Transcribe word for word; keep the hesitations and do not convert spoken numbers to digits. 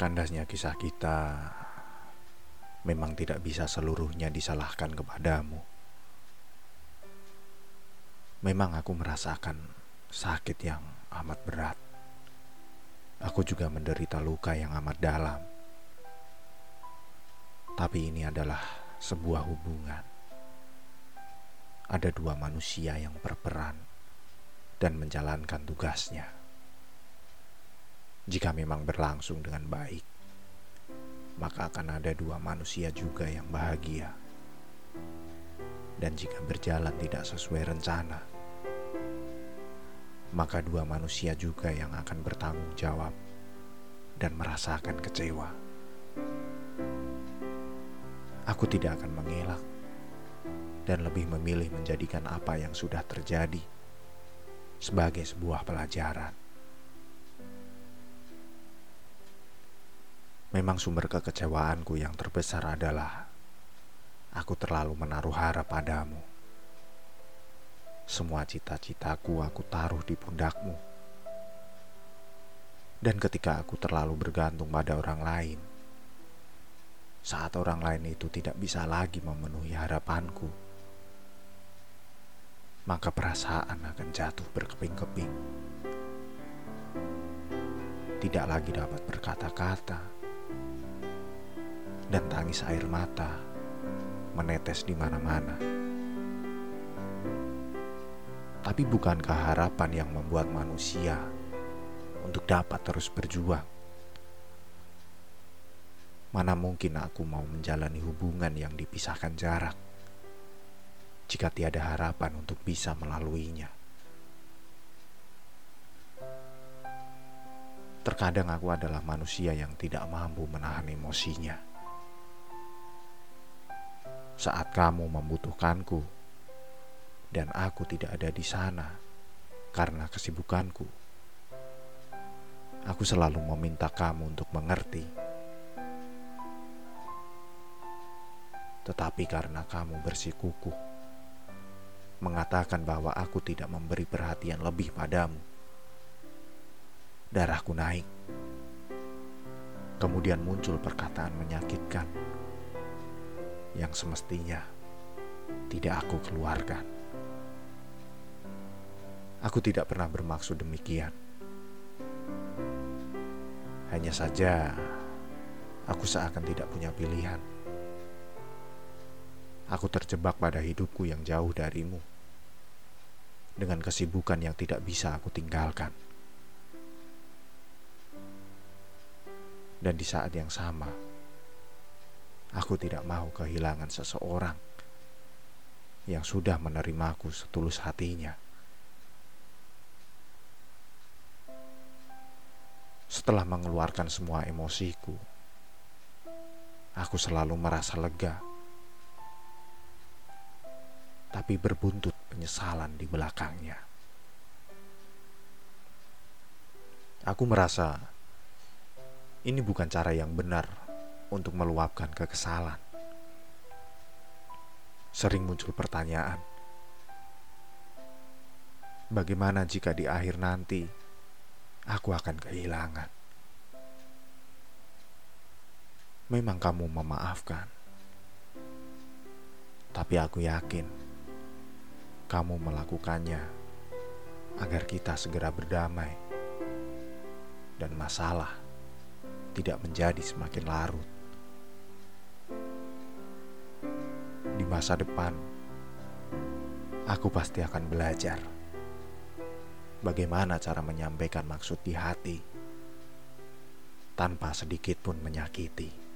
Kandasnya kisah kita memang tidak bisa seluruhnya disalahkan kepadamu. Memang aku merasakan sakit yang amat berat. Aku juga menderita luka yang amat dalam. Tapi ini adalah sebuah hubungan. Ada dua manusia yang berperan dan menjalankan tugasnya. Jika memang berlangsung dengan baik, maka akan ada dua manusia juga yang bahagia. Dan jika berjalan tidak sesuai rencana, maka dua manusia juga yang akan bertanggung jawab dan merasakan kecewa. Aku tidak akan mengelak dan lebih memilih menjadikan apa yang sudah terjadi sebagai sebuah pelajaran. Memang sumber kekecewaanku yang terbesar adalah aku terlalu menaruh harap padamu. Semua cita-citaku aku taruh di pundakmu. Dan ketika aku terlalu bergantung pada orang lain, saat orang lain itu tidak bisa lagi memenuhi harapanku, maka perasaan akan jatuh berkeping-keping. Tidak lagi dapat berkata-kata, dan tangis air mata menetes di mana-mana. Tapi bukankah harapan yang membuat manusia untuk dapat terus berjuang? Mana mungkin aku mau menjalani hubungan yang dipisahkan jarak jika tiada harapan untuk bisa melaluinya. Terkadang aku adalah manusia yang tidak mampu menahan emosinya. Saat kamu membutuhkanku dan aku tidak ada di sana karena kesibukanku, aku selalu meminta kamu untuk mengerti. Tetapi karena kamu bersikukuh mengatakan bahwa aku tidak memberi perhatian lebih padamu, darahku naik. Kemudian muncul perkataan menyakitkan yang semestinya tidak aku keluarkan. Aku tidak pernah bermaksud demikian. Hanya saja aku seakan tidak punya pilihan. Aku terjebak pada hidupku yang jauh darimu, dengan kesibukan yang tidak bisa aku tinggalkan. Dan di saat yang sama, aku tidak mau kehilangan seseorang yang sudah menerimaku setulus hatinya. Setelah mengeluarkan semua emosiku, aku selalu merasa lega, tapi berbuntut penyesalan di belakangnya. Aku merasa ini bukan cara yang benar untuk meluapkan kekesalan. Sering muncul pertanyaan, bagaimana jika di akhir nanti aku akan kehilangan? Memang kamu memaafkan, tapi aku yakin kamu melakukannya agar kita segera berdamai dan masalah tidak menjadi semakin larut. Di masa depan, aku pasti akan belajar bagaimana cara menyampaikan maksud di hati tanpa sedikit pun menyakiti.